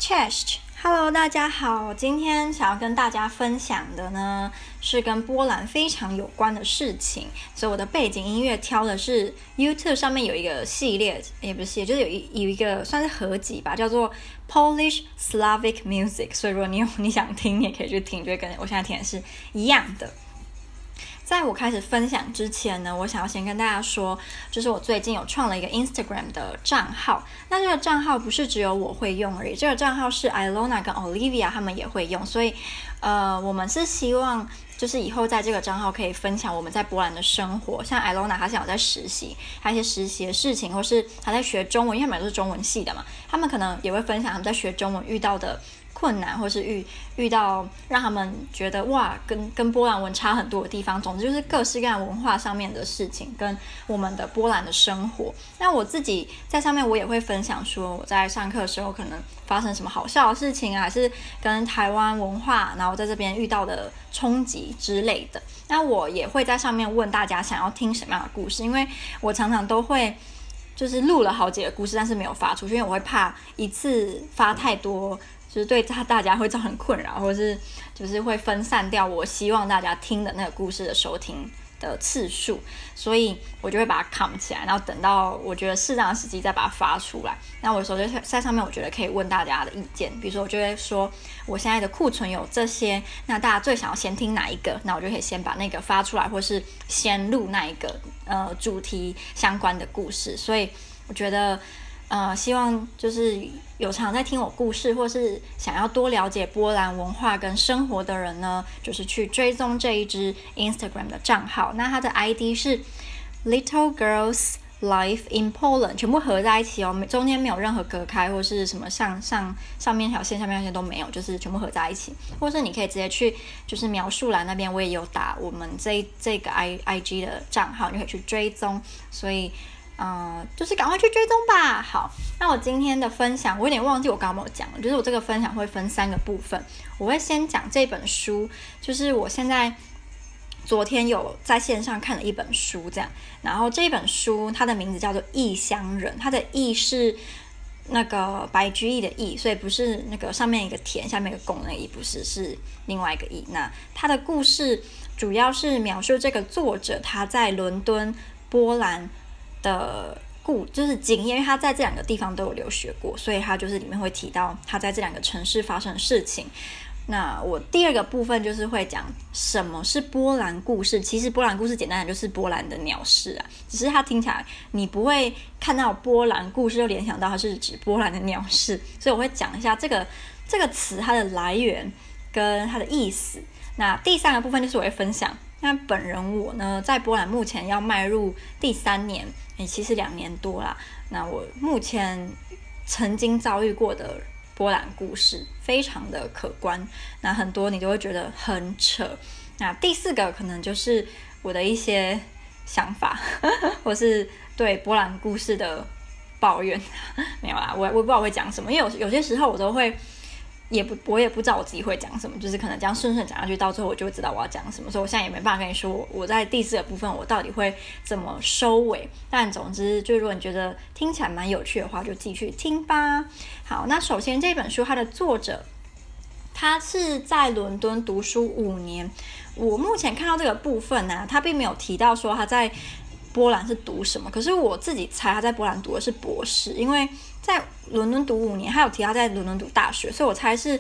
Cześć，Hello，大家好。今天想要跟大家分享的呢，是跟波兰非常有关的事情。所以我的背景音乐挑的是 YouTube 上面有一个系列，也不是系列，就是有一个算是合集吧，叫做 Polish Slavic Music。所以如果你想听，你也可以去听，就会跟我现在听的是一样的。在我开始分享之前呢，我想要先跟大家说，就是我最近有创了一个 Instagram 的账号。那这个账号不是只有我会用而已，这个账号是 Ilona 跟 Olivia 他们也会用，所以我们是希望就是以后在这个账号可以分享我们在波兰的生活。像 Ilona 她想有在实习，还有一些实习的事情，或是她在学中文，因为他们都是中文系的嘛，他们可能也会分享他们在学中文遇到的困难，或是遇到让他们觉得哇跟波兰文差很多的地方。总之就是各式各样文化上面的事情跟我们的波兰的生活。那我自己在上面我也会分享说我在上课的时候可能发生什么好笑的事情啊，还是跟台湾文化然后在这边遇到的冲击之类的。那我也会在上面问大家想要听什么样的故事，因为我常常都会就是录了好几个故事，但是没有发出去，因为我会怕一次发太多就是对大家会造成困扰，或是就是会分散掉我希望大家听的那个故事的收听的次数，所以我就会把它扛起来，然后等到我觉得适当的时机再把它发出来。那我有时候就在上面我觉得可以问大家的意见，比如说我就会说我现在的库存有这些，那大家最想要先听哪一个，那我就可以先把那个发出来，或是先录那一个主题相关的故事。所以我觉得希望就是有常在听我故事，或是想要多了解波兰文化跟生活的人呢，就是去追踪这一支 Instagram 的账号。那它的 ID 是 Little Girls Life in Poland， 全部合在一起哦，中间没有任何隔开，或是什么上面一条线下面那些都没有，就是全部合在一起。或是你可以直接去就是描述栏那边，我也有打我们这个 IG 的账号，你可以去追踪。所以就是赶快去追踪吧。好，那我今天的分享我有点忘记我刚刚有没有讲了，就是我这个分享会分3个部分。我会先讲这本书，就是我现在昨天有在线上看了一本书这样，然后这本书它的名字叫做《异乡人》，它的异是那个白居易的易，所以不是那个上面一个田下面一个拱的易，不是，是另外一个易。那它的故事主要是描述这个作者他在伦敦、波兰的就是经验，因为他在这2个地方都有留学过，所以他就是里面会提到他在这2个城市发生的事情。那我第2个部分就是会讲什么是波兰故事。其实波兰故事简单的就是波兰的鸟事啊，只是它听起来你不会看到波兰故事就联想到它是指波兰的鸟事，所以我会讲一下这个词它的来源跟它的意思。那第3个部分就是我会分享那本人我呢在波兰目前要迈入第3年，其实2年多啦。那我目前曾经遭遇过的波兰故事非常的可观，那很多你都会觉得很扯。那第4个可能就是我的一些想法或是对波兰故事的抱怨没有啦，我不知道我会讲什么，因为有些时候我都会我也不知道我自己会讲什么，就是可能这样顺讲下去，到最后我就会知道我要讲什么，所以我现在也没办法跟你说我在第4个部分我到底会怎么收尾。但总之就如果你觉得听起来蛮有趣的话，就继续听吧。好，那首先这本书它的作者他是在伦敦读书5年，我目前看到这个部分呢，他并没有提到说他在波兰是读什么，可是我自己猜他在波兰读的是博士，因为在伦敦读5年，还有提他在伦敦读大学，所以我猜是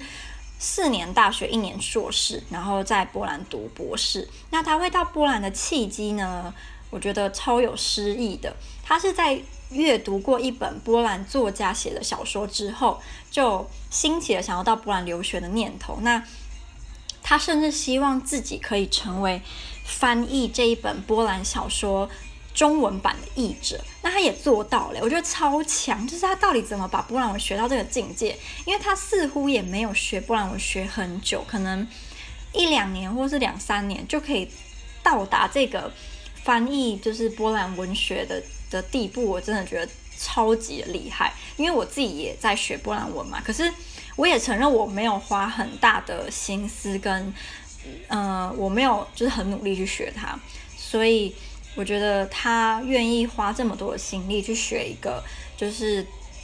4年大学1年硕士，然后在波兰读博士。那他会到波兰的契机呢，我觉得超有诗意的。他是在阅读过一本波兰作家写的小说之后，就兴起了想要到波兰留学的念头。那他甚至希望自己可以成为翻译这一本波兰小说中文版的译者，那他也做到了，我觉得超强。就是他到底怎么把波兰文学到这个境界？因为他似乎也没有学波兰文学很久，可能1-2年或是2-3年就可以到达这个翻译就是波兰文学的地步，我真的觉得超级的厉害。因为我自己也在学波兰文嘛，可是我也承认我没有花很大的心思跟我没有就是很努力去学它，所以我觉得他愿意花这么多的心力去学一个就是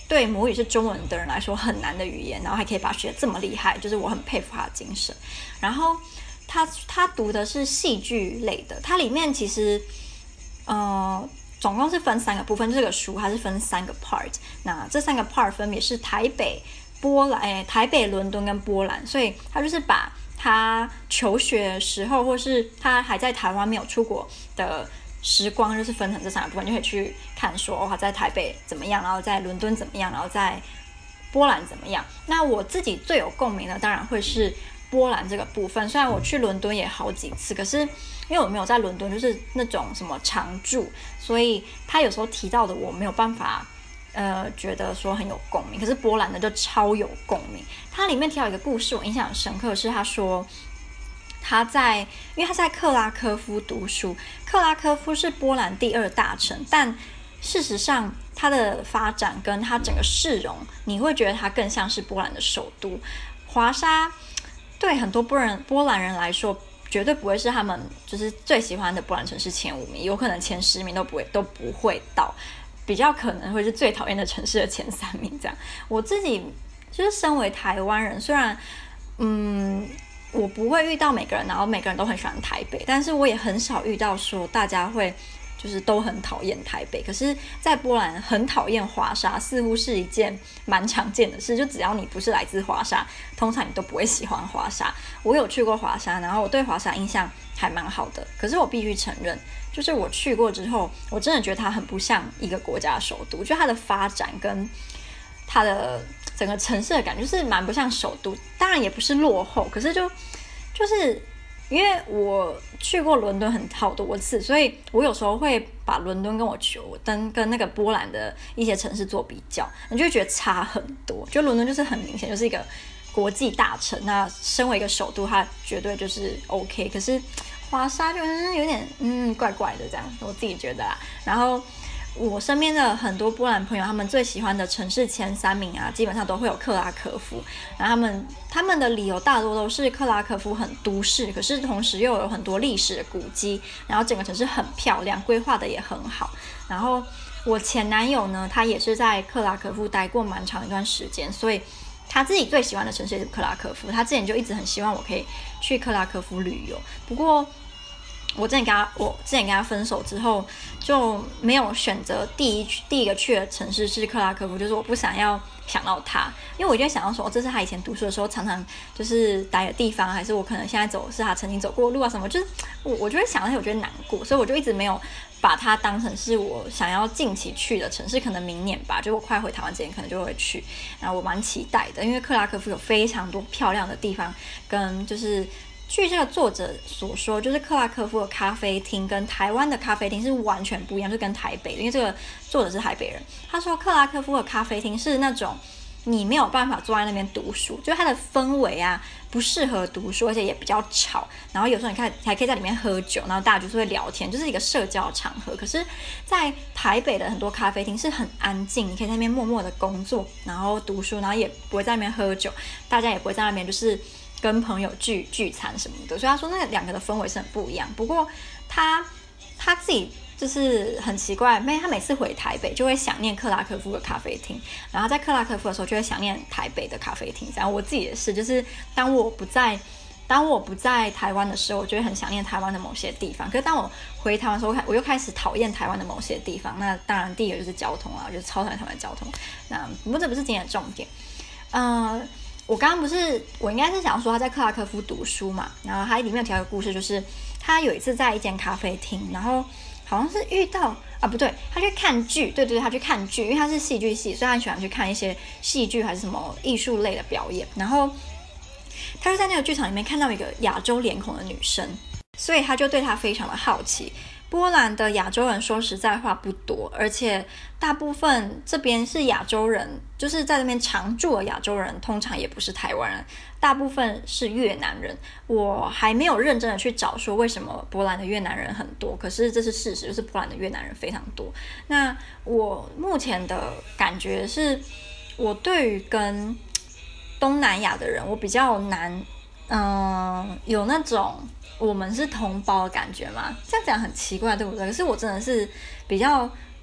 对母语是中文的人来说很难的语言，然后还可以把它学得这么厉害，就是我很佩服他的精神。然后他读的是戏剧类的，它里面其实总共是分3个部分，这个书它是分3个 part， 那这3个 part 分别是台北、台北、伦敦跟波兰，所以他就是把他求学的时候，或是他还在台湾没有出国的时光，就是分成这3个部分，就可以去看说他在台北怎么样，然后在伦敦怎么样，然后在波兰怎么样。那我自己最有共鸣的当然会是波兰这个部分，虽然我去伦敦也好几次，可是因为我没有在伦敦就是那种什么常住，所以他有时候提到的我没有办法觉得说很有共鸣，可是波兰的就超有共鸣。它里面提到一个故事我印象很深刻，是他说因为他在克拉科夫读书，克拉科夫是波兰第2大城，但事实上它的发展跟它整个市容，你会觉得它更像是波兰的首都。华沙对很多波兰人来说绝对不会是他们就是最喜欢的波兰城市前5名，有可能前10名都不会到，比较可能会是最讨厌的城市的前3名这样。我自己就是身为台湾人，虽然我不会遇到每个人，然后每个人都很喜欢台北，但是我也很少遇到说大家会就是都很讨厌台北。可是在波兰很讨厌华沙似乎是一件蛮常见的事，就只要你不是来自华沙，通常你都不会喜欢华沙。我有去过华沙，然后我对华沙印象还蛮好的，可是我必须承认，就是我去过之后，我真的觉得它很不像一个国家的首都，就它的发展跟它的整个城市的感觉就是蛮不像首都，当然也不是落后，可是就是因为我去过伦敦好多次，所以我有时候会把伦敦跟那个波兰的一些城市做比较，你就会觉得差很多。就伦敦就是很明显就是一个国际大城，那身为一个首都，它绝对就是 OK。可是华沙就有点怪怪的这样，我自己觉得啦。然后我身边的很多波兰朋友，他们最喜欢的城市前3名啊，基本上都会有克拉科夫。然后他们的理由大多都是克拉科夫很都市，可是同时又有很多历史的古迹，然后整个城市很漂亮，规划的也很好。然后我前男友呢，他也是在克拉科夫待过蛮长一段时间，所以他自己最喜欢的城市也是克拉科夫。他之前就一直很希望我可以去克拉科夫旅游，不过我之前跟他分手之后，就没有选择第一个去的城市是克拉科夫，就是我不想要想到他，因为我就会想到说，这是他以前读书的时候常常就是待的地方，还是我可能现在走是他曾经走过的路啊什么，就是我就会想到，我觉得难过，所以我就一直没有把它当成是我想要近期去的城市，可能明年吧，就我快回台湾之前可能就会去，然后我蛮期待的，因为克拉科夫有非常多漂亮的地方，跟就是据这个作者所说，就是克拉科夫的咖啡厅跟台湾的咖啡厅是完全不一样，就跟台北的，因为这个作者是台北人，他说克拉科夫的咖啡厅是那种你没有办法坐在那边读书，就是它的氛围啊不适合读书，而且也比较吵，然后有时候你看还可以在里面喝酒，然后大家就是会聊天，就是一个社交场合。可是在台北的很多咖啡厅是很安静，你可以在那边默默的工作，然后读书，然后也不会在那边喝酒，大家也不会在那边就是跟朋友聚餐什么的，所以他说那两个的氛围是很不一样。不过他自己就是很奇怪，他每次回台北就会想念克拉科夫的咖啡厅，然后在克拉科夫的时候就会想念台北的咖啡厅。然后我自己也是，就是当我不在台湾的时候，我就会很想念台湾的某些地方。可是当我回台湾的时候，我又开始讨厌台湾的某些地方。那当然第一个就是交通啊，我就是超讨厌台湾的交通。那不过这不是今天的重点。我刚刚我应该是想说他在克拉科夫读书嘛，然后他里面有提到一个故事，就是他有一次在一间咖啡厅，然后好像是遇到不对，他去看剧，对，他去看剧，因为他是戏剧系，所以他很喜欢去看一些戏剧还是什么艺术类的表演，然后他就在那个剧场里面看到一个亚洲脸孔的女生，所以他就对她非常的好奇。波兰的亚洲人说实在话不多，而且大部分这边是亚洲人，就是在那边常住的亚洲人通常也不是台湾人，大部分是越南人。我还没有认真的去找说为什么波兰的越南人很多，可是这是事实，就是波兰的越南人非常多。那我目前的感觉是，我对于跟东南亚的人我比较难有那种我们是同胞的感觉嘛，这样讲很奇怪对不对？可是我真的是比较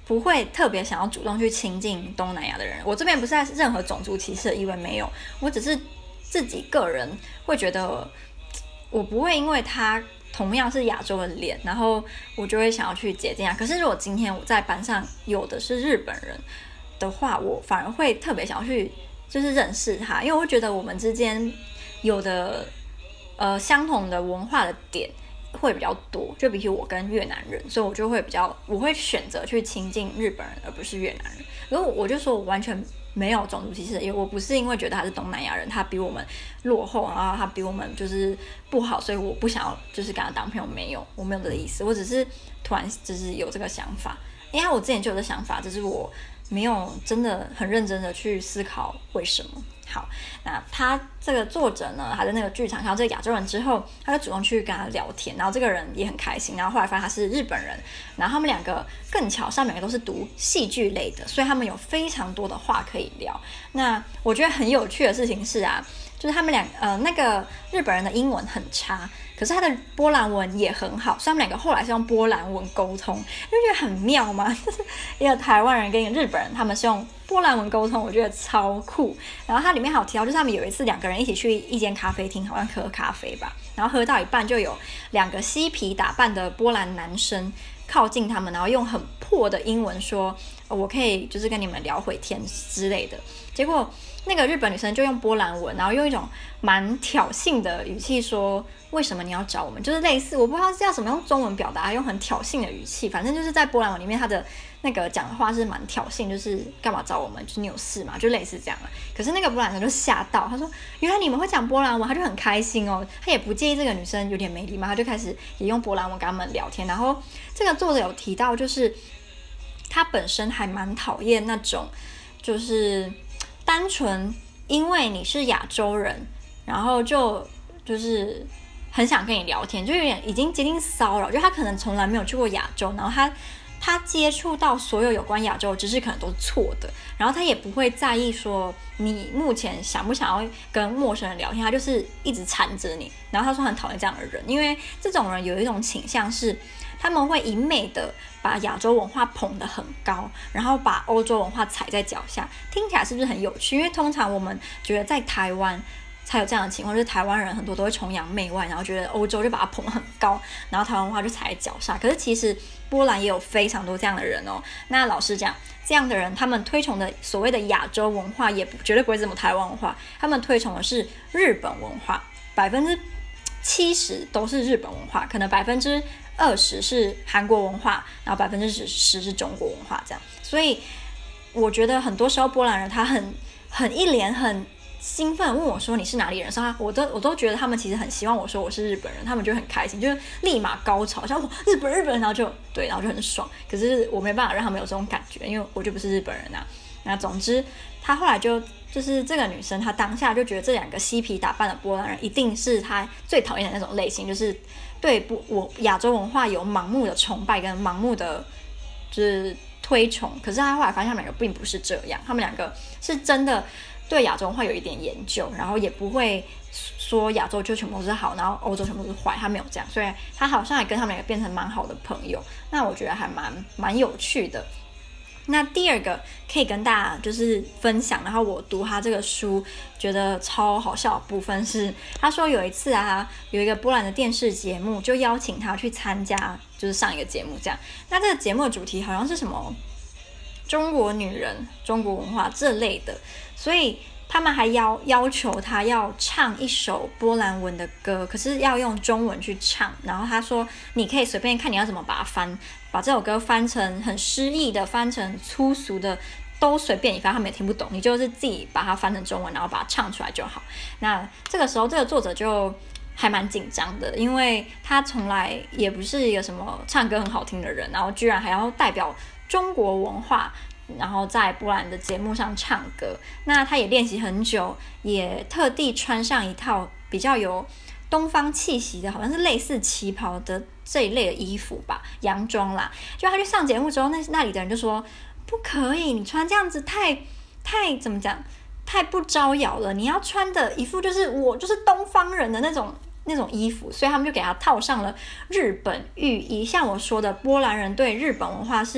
不会特别想要主动去亲近东南亚的人。我这边不是在任何种族歧视的意味，没有，我只是自己个人会觉得，我不会因为他同样是亚洲的脸，然后我就会想要去接近他。可是如果今天我在班上有的是日本人的话，我反而会特别想要去就是认识他，因为我会觉得我们之间有的相同的文化的点会比较多，就比起我跟越南人，所以我就会我会选择去亲近日本人而不是越南人。然后我就说我完全没有种族歧视，因为我不是因为觉得他是东南亚人，他比我们落后，然后他比我们就是不好，所以我不想要就是跟他当朋友，没有，我没有这个意思，我只是突然就是有这个想法，因为我之前就有这想法，只是我没有真的很认真的去思考为什么。好，那他这个作者呢，他在那个剧场看到这个亚洲人之后，他就主动去跟他聊天，然后这个人也很开心，然后后来发现他是日本人，然后他们两个更巧，上面两个都是读戏剧类的，所以他们有非常多的话可以聊。那我觉得很有趣的事情是啊，就是他们那个日本人的英文很差，可是他的波兰文也很好，所以他们两个后来是用波兰文沟通，你不觉得很妙吗？就是一个台湾人跟一个日本人，他们是用波兰文沟通，我觉得超酷。然后它里面还有提到，就是他们有一次两个人一起去一间咖啡厅，好像喝咖啡吧，然后喝到一半就有两个嬉皮打扮的波兰男生靠近他们，然后用很破的英文说，我可以就是跟你们聊会天之类的。结果那个日本女生就用波兰文，然后用一种蛮挑衅的语气说，为什么你要找我们，就是类似我不知道是要怎么用中文表达，用很挑衅的语气，反正就是在波兰文里面他的那个讲的话是蛮挑衅，就是干嘛找我们，就是你有事嘛，就类似这样了。可是那个波兰人就吓到，他说原来你们会讲波兰文，他就很开心哦，他也不介意这个女生有点没礼貌，他就开始也用波兰文跟他们聊天。然后这个作者有提到，就是他本身还蛮讨厌那种就是单纯因为你是亚洲人，然后就是很想跟你聊天，就有点已经接近骚扰，就他可能从来没有去过亚洲，然后他接触到所有有关亚洲的知识可能都是错的，然后他也不会在意说你目前想不想要跟陌生人聊天，他就是一直缠着你。然后他说很讨厌这样的人，因为这种人有一种倾向是他们会一昧的把亚洲文化捧得很高，然后把欧洲文化踩在脚下。听起来是不是很有趣？因为通常我们觉得在台湾才有这样的情况，就是台湾人很多都会崇洋媚外，然后觉得欧洲就把它捧得很高，然后台湾文化就踩在脚下。可是其实波兰也有非常多这样的人哦。那老实讲，这样的人他们推崇的所谓的亚洲文化也绝对不会是什么台湾文化，他们推崇的是日本文化，70%都是日本文化，可能20%是韩国文化，然后10%是中国文化这样。所以我觉得很多时候波兰人他很一脸很兴奋问我说你是哪里人，所以我都觉得他们其实很希望我说我是日本人，他们就很开心，就是立马高潮，像日本，然后就对，然后就很爽。可是我没办法让他们有这种感觉，因为我就不是日本人啊。那总之他后来就是这个女生，她当下就觉得这两个嬉皮打扮的波兰人一定是她最讨厌的那种类型，就是对我亚洲文化有盲目的崇拜跟盲目的就是推崇。可是她后来发现他们两个并不是这样，他们两个是真的对亚洲文化有一点研究，然后也不会说亚洲就全部都是好，然后欧洲全部都是坏，他没有这样，所以他好像也跟他们两个变成蛮好的朋友。那我觉得还蛮有趣的。那第二个可以跟大家就是分享，然后我读他这个书觉得超好笑的部分是，他说有一次啊，有一个波兰的电视节目就邀请他去参加，就是上一个节目这样。那这个节目的主题好像是什么中国女人、中国文化这类的，所以他们还要求他要唱一首波兰文的歌，可是要用中文去唱。然后他说你可以随便看你要怎么把它把这首歌翻成很诗意的，翻成粗俗的，都随便你，反正他们也听不懂，你就是自己把它翻成中文，然后把它唱出来就好。那这个时候这个作者就还蛮紧张的，因为他从来也不是一个什么唱歌很好听的人，然后居然还要代表中国文化，然后在波兰的节目上唱歌。那他也练习很久，也特地穿上一套比较有东方气息的，好像是类似旗袍的这一类的衣服吧，洋装啦。就他去上节目之后，那里的人就说不可以，你穿这样子太怎么讲，太不招摇了，你要穿的一副就是我就是东方人的那种衣服。所以他们就给他套上了日本浴衣。像我说的，波兰人对日本文化是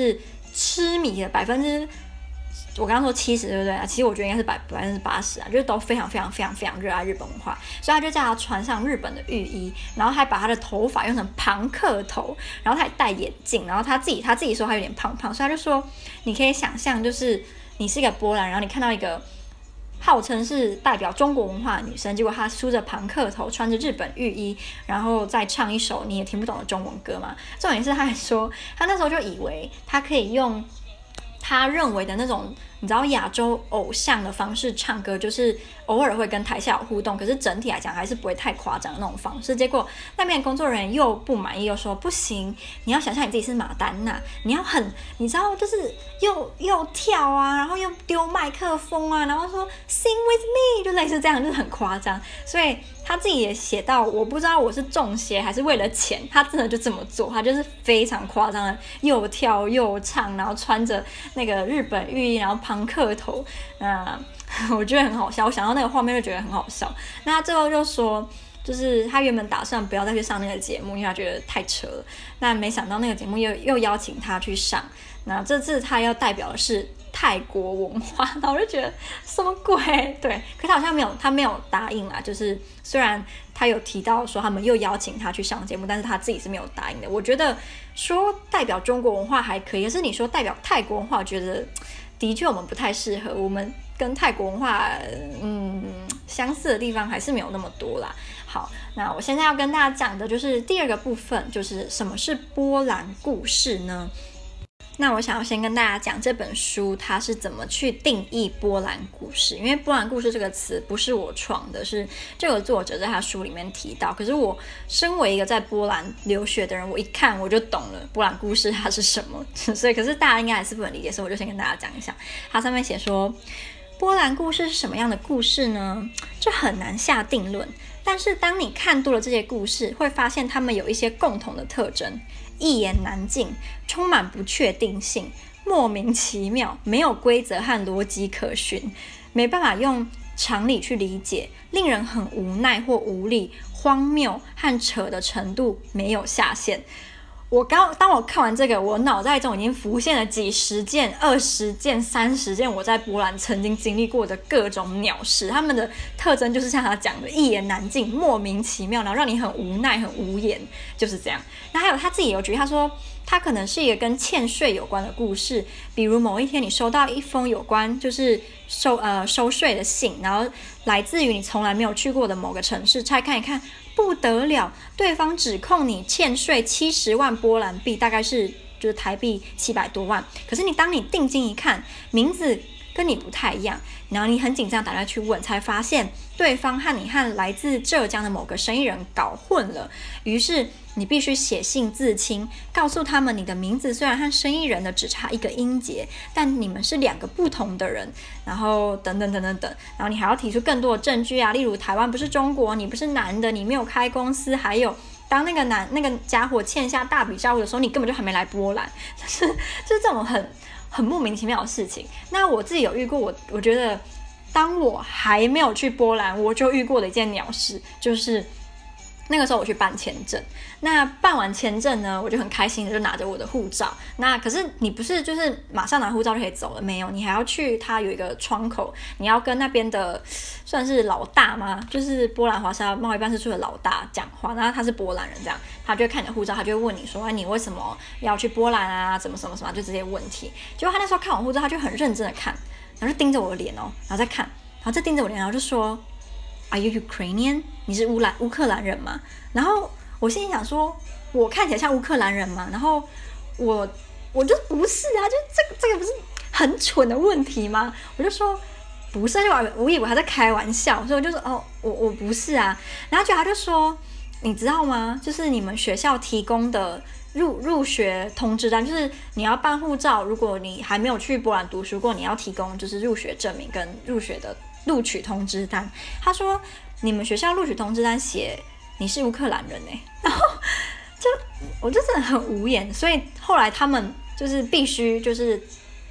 痴迷的我刚刚说70，对不对？其实我觉得应该是80%啊，就是都非常非常非常非常热爱日本文化，所以他就叫他穿上日本的浴衣，然后还把他的头发用成庞克头，然后他还戴眼镜，然后他自己说他有点胖胖，所以他就说你可以想象，就是你是一个波兰，然后你看到一个号称是代表中国文化的女生，结果她梳着庞克头，穿着日本浴衣，然后再唱一首你也听不懂的中文歌嘛。重点是他还说，他那时候就以为他可以用他认为的那种你知道亚洲偶像的方式唱歌，就是偶尔会跟台下有互动，可是整体来讲还是不会太夸张的那种方式。结果那边的工作人员又不满意，又说不行，你要想象你自己是马丹娜，你要你知道就是又跳啊，然后又丢麦克风啊，然后说 sing with me， 就类似这样，就是很夸张。所以他自己也写到，我不知道我是中邪还是为了钱，他真的就这么做，他就是非常夸张的又跳又唱，然后穿着那个日本浴衣，然后庞克头，我觉得很好笑，我想到那个画面就觉得很好笑。那他最后就说，就是他原本打算不要再去上那个节目，因为他觉得太扯了。那没想到那个节目又邀请他去上，那这次他要代表的是泰国文化，然后我就觉得什么鬼？对，可他好像他没有答应啦。就是虽然他有提到说他们又邀请他去上节目，但是他自己是没有答应的。我觉得说代表中国文化还可以，可是你说代表泰国文化，我觉得的确我们不太适合，我们跟泰国文化相似的地方还是没有那么多啦。好，那我现在要跟大家讲的就是第二个部分，就是什么是波兰故事呢？那我想要先跟大家讲这本书它是怎么去定义波兰故事，因为波兰故事这个词不是我创的，是这个作者在他书里面提到。可是我身为一个在波兰留学的人，我一看我就懂了波兰故事它是什么，所以可是大家应该还是不能理解，所以我就先跟大家讲一下。它上面写说，波兰故事是什么样的故事呢？这很难下定论，但是当你看多了这些故事，会发现它们有一些共同的特征。一言难尽，充满不确定性，莫名其妙，没有规则和逻辑可循，没办法用常理去理解，令人很无奈或无力，荒谬和扯的程度没有下限。当我看完这个，我脑袋中已经浮现了几十件、20件、30件我在波兰曾经经历过的各种鸟事，他们的特征就是像他讲的一言难尽、莫名其妙，然后让你很无奈、很无言，就是这样。那还有他自己有举例，他说他可能是一个跟欠税有关的故事，比如某一天你收到一封有关就是收税的信，然后来自于你从来没有去过的某个城市，拆看一看，不得了，对方指控你欠税70万波兰币，大概是就是台币700多万。可是当你定睛一看，名字跟你不太一样，然后你很紧张打电话去问，才发现对方和你和来自浙江的某个生意人搞混了。于是你必须写信自清，告诉他们你的名字虽然和生意人的只差一个音节，但你们是2个不同的人，然后等等等等等，然后你还要提出更多的证据啊，例如台湾不是中国，你不是男的，你没有开公司，还有当那个家伙欠下大笔债务的时候，你根本就还没来波兰，就是这种很莫名其妙的事情。那我自己有遇过，我觉得当我还没有去波兰，我就遇过的一件鸟事，就是那个时候我去办签证，那办完签证呢，我就很开心的就拿着我的护照。那可是你不是就是马上拿护照就可以走了，没有，你还要去他有一个窗口，你要跟那边的算是老大吗？就是波兰华沙贸易办事处的老大讲话，然后他是波兰人，这样他就会看你的护照，他就会问你说，你为什么要去波兰啊？怎么什么什么，就这些问题。结果他那时候看我护照，他就很认真的看，然后就盯着我的脸哦，然后再看，然后再盯着我的脸，然后就说，Are you Ukrainian？ 你是乌克兰人吗？然后我心里想说，我看起来像乌克兰人吗？然后我就不是啊，就这个不是很蠢的问题吗？我就说不是，我以为他在开玩笑，所以我就说我不是啊。然后他就说，你知道吗？就是你们学校提供的入学通知单，就是你要办护照，如果你还没有去波兰读书过，你要提供就是入学证明跟入学的录取通知单。他说你们学校录取通知单写你是乌克兰人欸，然后我就真的很无言。所以后来他们就是必须就是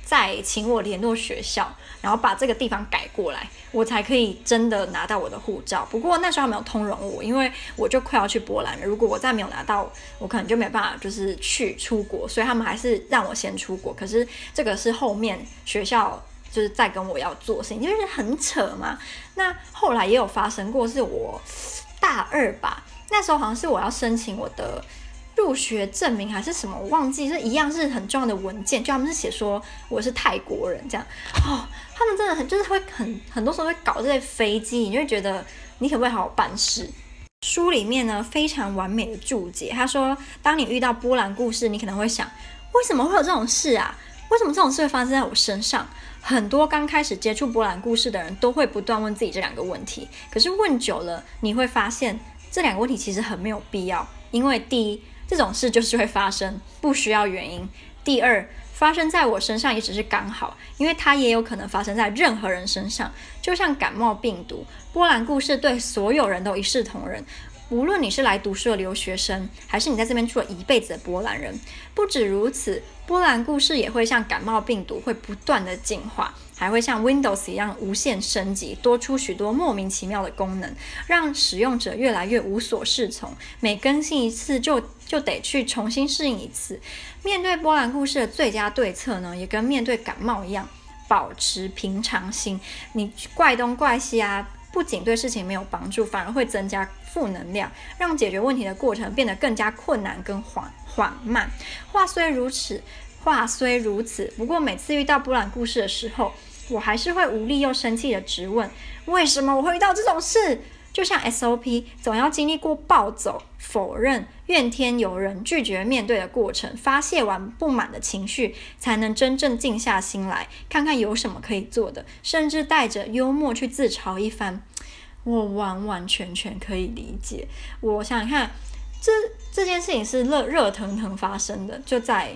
再请我联络学校，然后把这个地方改过来，我才可以真的拿到我的护照。不过那时候还没有通融我，因为我就快要去波兰了，如果我再没有拿到，我可能就没办法就是出国，所以他们还是让我先出国。可是这个是后面学校就是在跟我要做的事情，就是很扯嘛。那后来也有发生过，是我大2吧，那时候好像是我要申请我的入学证明还是什么，我忘记，是一样是很重要的文件，就他们是写说我是泰国人这样。他们真的就是会很多时候会搞这些飞机，你就会觉得你可不可以好好办事。书里面呢非常完美的注解，他说当你遇到波兰故事，你可能会想，为什么会有这种事啊？为什么这种事会发生在我身上？很多刚开始接触波兰故事的人都会不断问自己这2个问题，可是问久了你会发现这2个问题其实很没有必要。因为第一，这种事就是会发生，不需要原因；第二，发生在我身上也只是刚好，因为它也有可能发生在任何人身上，就像感冒病毒。波兰故事对所有人都一视同仁，无论你是来读书的留学生，还是你在这边住了一辈子的波兰人。不止如此，波兰故事也会像感冒病毒，会不断的进化，还会像 Windows 一样无限升级，多出许多莫名其妙的功能，让使用者越来越无所适从，每更新一次就得去重新适应一次。面对波兰故事的最佳对策呢，也跟面对感冒一样，保持平常心。你怪东怪西啊，不仅对事情没有帮助，反而会增加负能量，让解决问题的过程变得更加困难跟缓慢。话虽如此，不过每次遇到波兰故事的时候，我还是会无力又生气的质问，为什么我会遇到这种事？就像 SOP 总要经历过暴走、否认、怨天尤人、拒绝面对的过程，发泄完不满的情绪，才能真正静下心来，看看有什么可以做的，甚至带着幽默去自嘲一番。我完完全全可以理解。我想想看，这件事情是热腾腾发生的，就在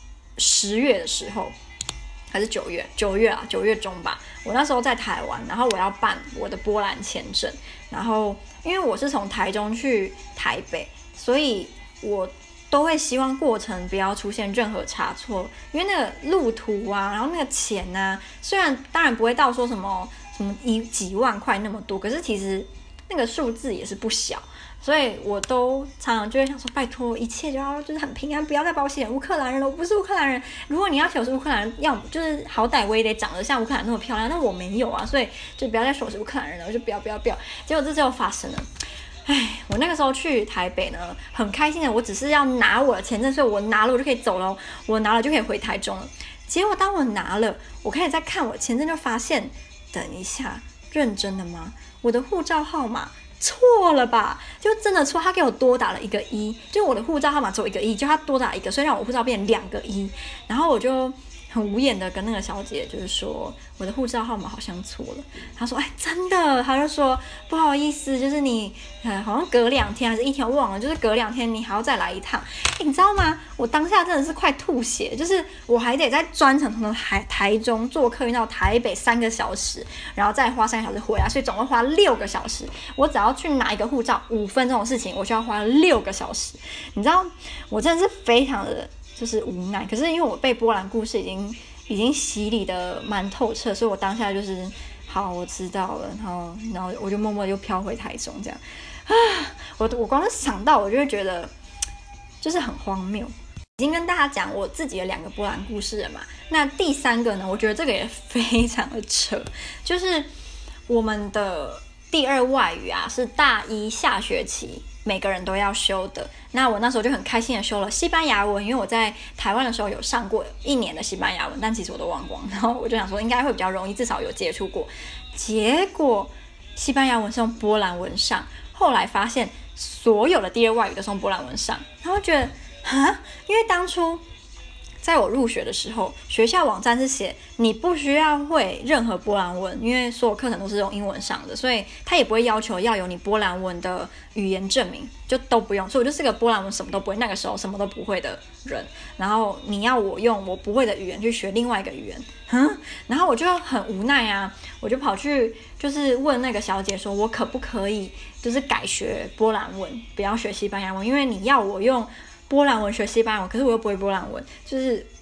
10月的时候，还是9月中吧。我那时候在台湾，然后我要办我的波兰签证，然后因为我是从台中去台北，所以我都会希望过程不要出现任何差错，因为那个路途啊，然后那个钱啊，虽然当然不会到说什么几万块那么多，可是其实那个数字也是不小。所以我都常常就会想说，拜托，一切就是很平安，不要再把我写成乌克兰人了。我不是乌克兰人，如果你要写我是乌克兰人，要就是好歹我也得长得像乌克兰那么漂亮，但我没有啊，所以就不要再说我是乌克兰人了，我就不要。结果这就发生了。我那个时候去台北呢，很开心的，我只是要拿我的签证，所以我拿了我就可以走了，我拿了就可以回台中了。结果当我拿了，我开始在看我的签证，就发现，等一下，认真的吗？我的护照号码错了吧？就真的错，他给我多打了1个1，就我的护照号码只有1个1，就他多打1个，所以让我护照变2个1。然后我就很无言的跟那个小姐就是说，我的护照号码好像错了。她说，真的？她就说不好意思，就是你好像隔2天还是1天，我忘了，就是隔2天你还要再来一趟。你知道吗？我当下真的是快吐血，就是我还得再专程从台中坐客运到台北3个小时，然后再花3个小时回来，所以总共花6个小时。我只要去拿一个护照5分钟的事情，我就要花6个小时。你知道，我真的是非常的就是无奈。可是因为我被波兰故事已经洗礼的蛮透彻，所以我当下就是好，我知道了，然后我就默默就飘回台中这样。我光是想到我就会觉得就是很荒谬。已经跟大家讲我自己的2个波兰故事了嘛，那第3个呢，我觉得这个也非常的扯，就是我们的第2外语啊，是大1下学期每个人都要修的。那我那时候就很开心的修了西班牙文，因为我在台湾的时候有上过1年的西班牙文，但其实我都忘光，然后我就想说应该会比较容易，至少有接触过。结果西班牙文是用波兰文上，后来发现所有的第2外语都是用波兰文上，然后觉得因为当初在我入学的时候，学校网站是写你不需要会任何波兰文，因为所有课程都是用英文上的，所以他也不会要求要有你波兰文的语言证明，就都不用。所以我就是个波兰文什么都不会，那个时候什么都不会的人。然后你要我用我不会的语言去学另外一个语言，然后我就很无奈啊，我就跑去就是问那个小姐说，我可不可以就是改学波兰文，不要学西班牙文，因为你要我用波兰文学西班牙文，可是我又不会波兰文，就是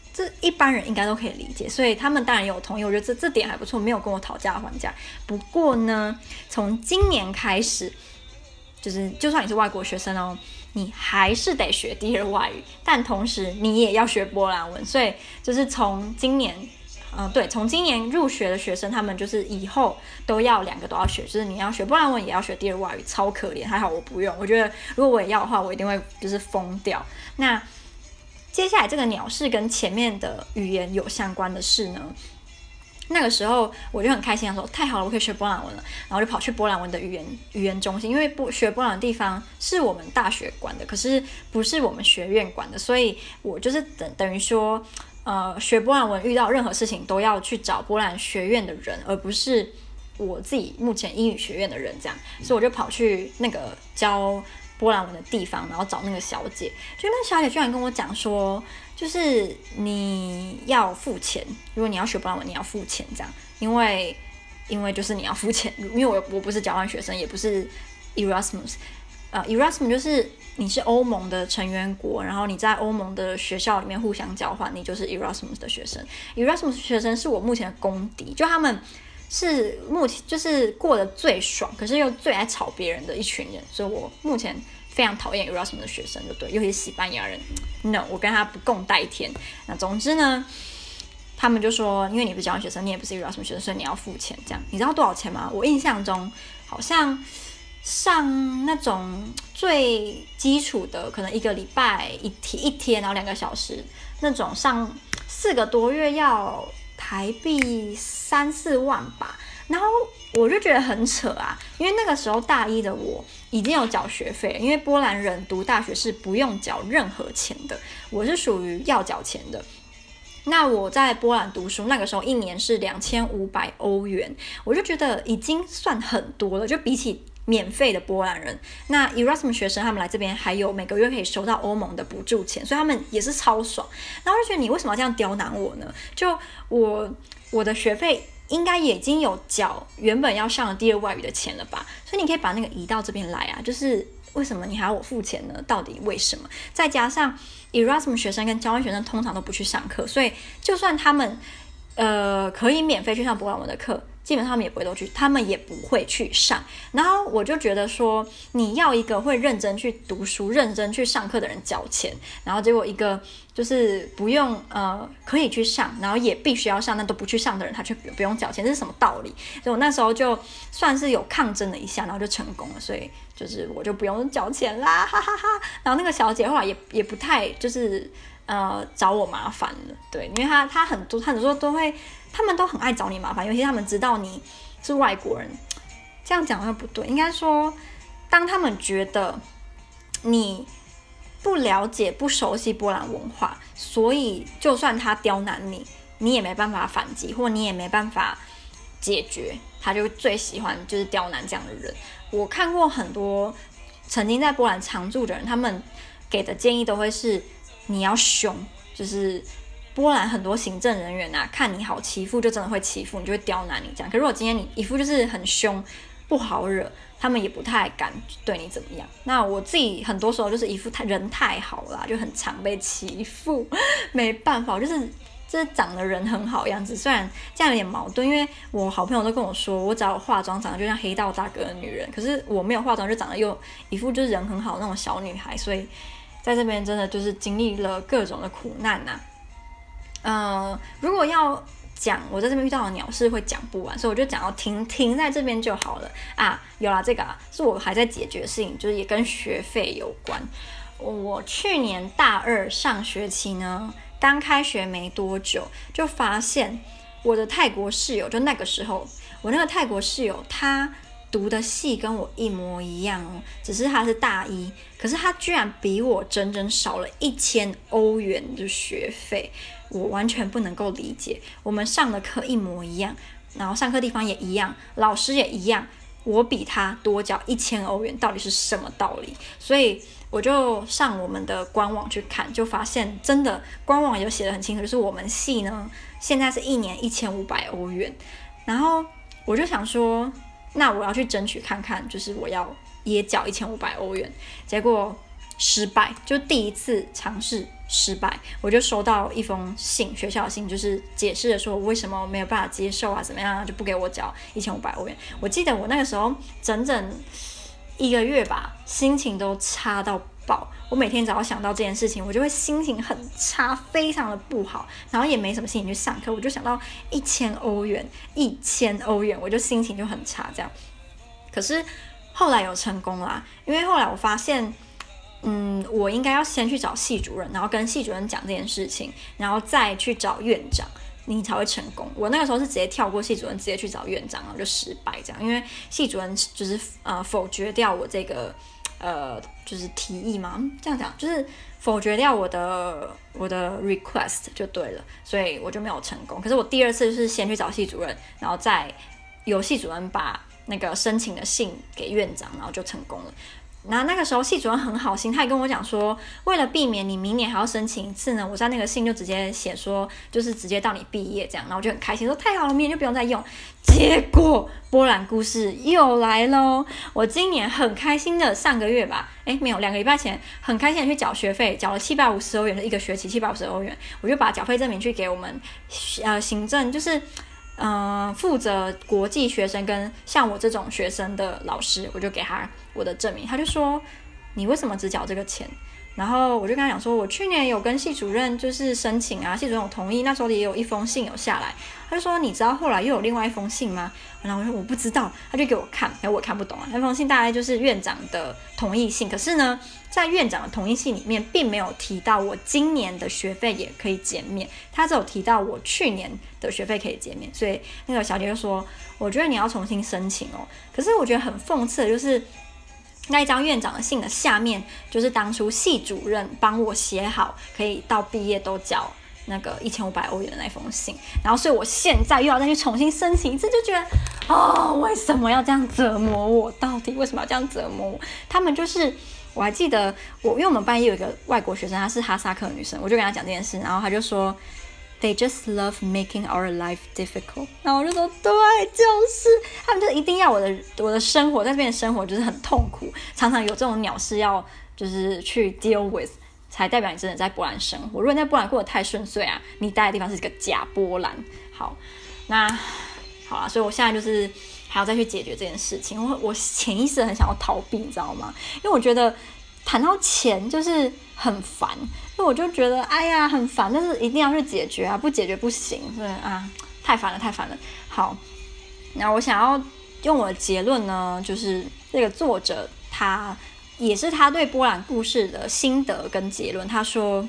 这一般人应该都可以理解，所以他们当然也有同意，我觉得这点还不错，没有跟我讨价还价。不过呢，从今年开始，就算你是外国学生哦，你还是得学第二外语，但同时你也要学波兰文，所以就是从今年入学的学生，他们就是以后都要2个都要学，就是你要学波兰文，也要学第二外语，超可怜。还好我不用，我觉得如果我也要的话，我一定会就是疯掉。那接下来这个鸟是跟前面的语言有相关的事呢？那个时候我就很开心，说太好了，我可以学波兰文了，然后就跑去波兰文的语言中心，因为学波兰的地方是我们大学管的，可是不是我们学院管的，所以我就是等于说，学波兰文遇到任何事情都要去找波兰学院的人，而不是我自己目前英语学院的人这样，所以我就跑去那个教波兰文的地方，然后找那个小姐，就那小姐居然跟我讲说，就是你要付钱，如果你要学波兰文，你要付钱这样，因为就是你要付钱，因为我不是交换学生，也不是 Erasmus，Erasmus 就是你是欧盟的成员国，然后你在欧盟的学校里面互相交换，你就是 Erasmus 的学生。Erasmus 学生是我目前的公敌，就他们是目前就是过得最爽，可是又最爱吵别人的一群人，所以我目前非常讨厌 Erasmus 的学生，就对，尤其是西班牙人 ，no， 我跟他不共戴天。那总之呢，他们就说，因为你不是交换学生，你也不是 Erasmus 学生，所以你要付钱。这样，你知道多少钱吗？我印象中好像上那种最基础的，可能1个礼拜一天，然后2个小时那种，上4个多月要台币3、4万吧。然后我就觉得很扯啊，因为那个时候大一的我已经有缴学费了，因为波兰人读大学是不用缴任何钱的，我是属于要缴钱的。那我在波兰读书，那个时候1年是2500欧元，我就觉得已经算很多了，就比起免费的波兰人，那 Erasmus 学生他们来这边还有每个月可以收到欧盟的补助钱，所以他们也是超爽。然后就觉得你为什么要这样刁难我呢？就我的学费应该也已经有缴原本要上的第二外语的钱了吧，所以你可以把那个移到这边来啊，就是为什么你还要我付钱呢？到底为什么？再加上 Erasmus 学生跟交换学生通常都不去上课，所以就算他们可以免费去上波兰文的课，基本上他们也不会去上。然后我就觉得说，你要一个会认真去读书、认真去上课的人缴钱，然后结果一个就是不用可以去上，然后也必须要上，但都不去上的人，他却不用缴钱，这是什么道理？所以我那时候就算是有抗争了一下，然后就成功了，所以就是我就不用缴钱啦，哈哈哈。然后那个小姐后来也不太就是找我麻烦了，对，因为他很多都会，他们都很爱找你麻烦，尤其他们知道你是外国人，这样讲好像不对，应该说，当他们觉得你不了解、不熟悉波兰文化，所以就算他刁难你，你也没办法反击，或你也没办法解决，他就最喜欢就是刁难这样的人。我看过很多曾经在波兰常住的人，他们给的建议都会是你要凶，就是波兰很多行政人员啊，看你好欺负就真的会欺负你，就会刁难你这样。可是如果今天你一副就是很凶，不好惹，他们也不太敢对你怎么样。那我自己很多时候就是一副人太好啦，就很常被欺负，没办法，就是长得人很好的样子，虽然这样有点矛盾，因为我好朋友都跟我说，我只要有化妆长得就像黑道大哥的女人，可是我没有化妆就长得又一副就是人很好的那种小女孩，所以在这边真的就是经历了各种的苦难啊。如果要讲我在这边遇到的鸟事会讲不完，所以我就讲到停在这边就好了啊。有啦，这个是我还在解决的事情，就是也跟学费有关。我去年大2上学期呢，刚开学没多久，就发现我的泰国室友，就那个时候我那个泰国室友，他读的系跟我一模一样哦，只是他是大一，可是他居然比我整整少了1000欧元的学费，我完全不能够理解。我们上的课一模一样，然后上课地方也一样，老师也一样，我比他多缴1000欧元，到底是什么道理？所以我就上我们的官网去看，就发现真的官网有写得很清楚，就是我们系呢现在是1年1500欧元，然后我就想说，那我要去争取看看，就是我要也缴1500欧元。结果失败，就第一次尝试失败，我就收到一封信，学校的信，就是解释的说我为什么没有办法接受啊，怎么样啊，就不给我缴1500欧元。我记得我那个时候整整1个月吧，心情都差到爆。我每天只要想到这件事情，我就会心情很差，非常的不好，然后也没什么心情去上课。我就想到1000欧元，1000欧元，我就心情就很差这样。可是后来有成功啦，因为后来我发现我应该要先去找系主任，然后跟系主任讲这件事情，然后再去找院长，你才会成功。我那个时候是直接跳过系主任，直接去找院长，然后就失败这样。因为系主任就是否决掉我这个就是提议嘛，这样讲就是否决掉我的 request 就对了，所以我就没有成功。可是我第二次就是先去找系主任，然后再由系主任把那个申请的信给院长，然后就成功了。那个时候系主任很好心，他也跟我讲说，为了避免你明年还要申请一次呢，我在那个信就直接写说，就是直接到你毕业这样，然后我就很开心说太好了，明年就不用再用。结果波兰故事又来咯，我今年很开心的上个月吧，没有2个礼拜前，很开心的去缴学费，缴了750欧元的一个学期，750欧元，我就把缴费证明去给我们行政，就是负责国际学生跟像我这种学生的老师，我就给他我的证明，他就说你为什么只缴这个钱？然后我就跟他讲说，我去年有跟系主任就是申请啊，系主任有同意，那时候也有一封信有下来。他就说你知道后来又有另外一封信吗？然后我说我不知道，他就给我看，然后我看不懂啊。那封信大概就是院长的同意信，可是呢，在院长的同意信里面，并没有提到我今年的学费也可以减免，他只有提到我去年的学费可以减免，所以那个小姐就说，我觉得你要重新申请哦。可是我觉得很讽刺的就是。那一张院长的信的下面，就是当初系主任帮我写好，可以到毕业都缴那个1500欧元的那封信。然后，所以我现在又要再去重新申请一次，就觉得为什么要这样折磨我？到底为什么要这样折磨我？他们就是，我还记得因为我们班也有一个外国学生，她是哈萨克的女生，我就跟她讲这件事，然后她就说。They just love making our life difficult。然后我就说，对，就是他们就一定要我的生活在这边的生活就是很痛苦，常常有这种鸟事要就是去 deal with， 才代表你真的在波兰生活。如果你在波兰过得太顺遂啊，你待的地方是一个假波兰。好，那好啦，所以我现在就是还要再去解决这件事情。我潜意识很想要逃避，你知道吗？因为我觉得谈到钱就是很烦。所以我就觉得哎呀很烦，但是一定要去解决啊，不解决不行，所以太烦了。好，那我想要用我的结论呢，就是这个作者他也是他对波兰故事的心得跟结论。他说，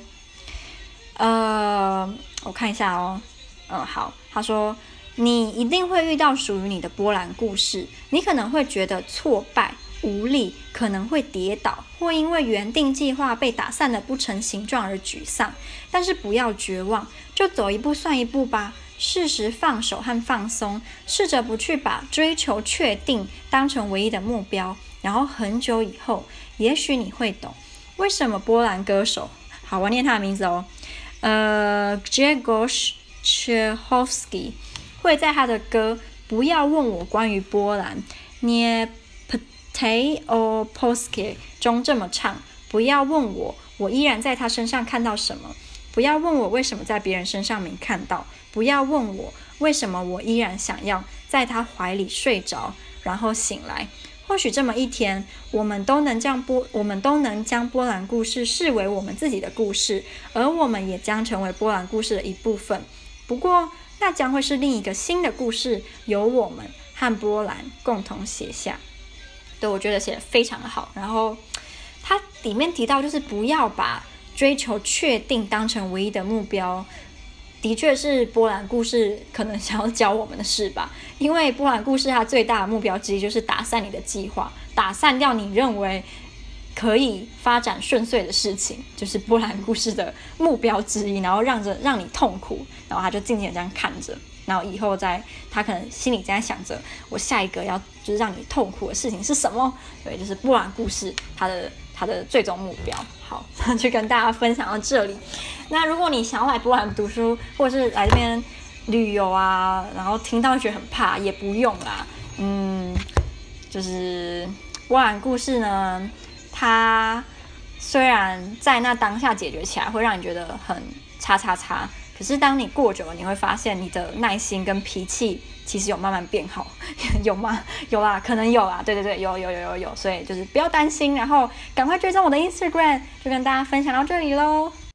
我看一下哦，好，他说你一定会遇到属于你的波兰故事，你可能会觉得挫败。无力，可能会跌倒，或因为原定计划被打散的不成形状而沮丧。但是不要绝望，就走一步算一步吧。适时放手和放松，试着不去把追求确定当成唯一的目标。然后很久以后，也许你会懂为什么波兰歌手，好，我念他的名字哦，Grzegorz Czechoski 会在他的歌《不要问我关于波兰》Tej o Polskie 中这么唱，不要问我依然在他身上看到什么，不要问我为什么在别人身上没看到，不要问我为什么我依然想要在他怀里睡着，然后醒来。或许这么一天，我们都能将波兰故事视为我们自己的故事，而我们也将成为波兰故事的一部分。不过，那将会是另一个新的故事，由我们和波兰共同写下。对，我觉得写得非常的好。然后它里面提到就是不要把追求确定当成唯一的目标，的确是波兰故事可能想要教我们的事吧。因为波兰故事它最大的目标之一就是打散你的计划，打散掉你认为可以发展顺遂的事情，就是波兰故事的目标之一。然后让你痛苦，然后他就静静的这样看着，然后以后他可能心里在想着我下一个要就是让你痛苦的事情是什么。对，就是波兰故事它的最终目标。好，就跟大家分享到这里。那如果你想要来波兰读书，或者是来这边旅游啊，然后听到觉得很怕，也不用啦。就是波兰故事呢，它虽然在那当下解决起来会让你觉得很叉叉叉，可是当你过久了，你会发现你的耐心跟脾气其实有慢慢变好。有吗？有啦，可能有啦，对，有，所以就是不要担心，然后赶快追踪我的 Instagram， 就跟大家分享到这里咯。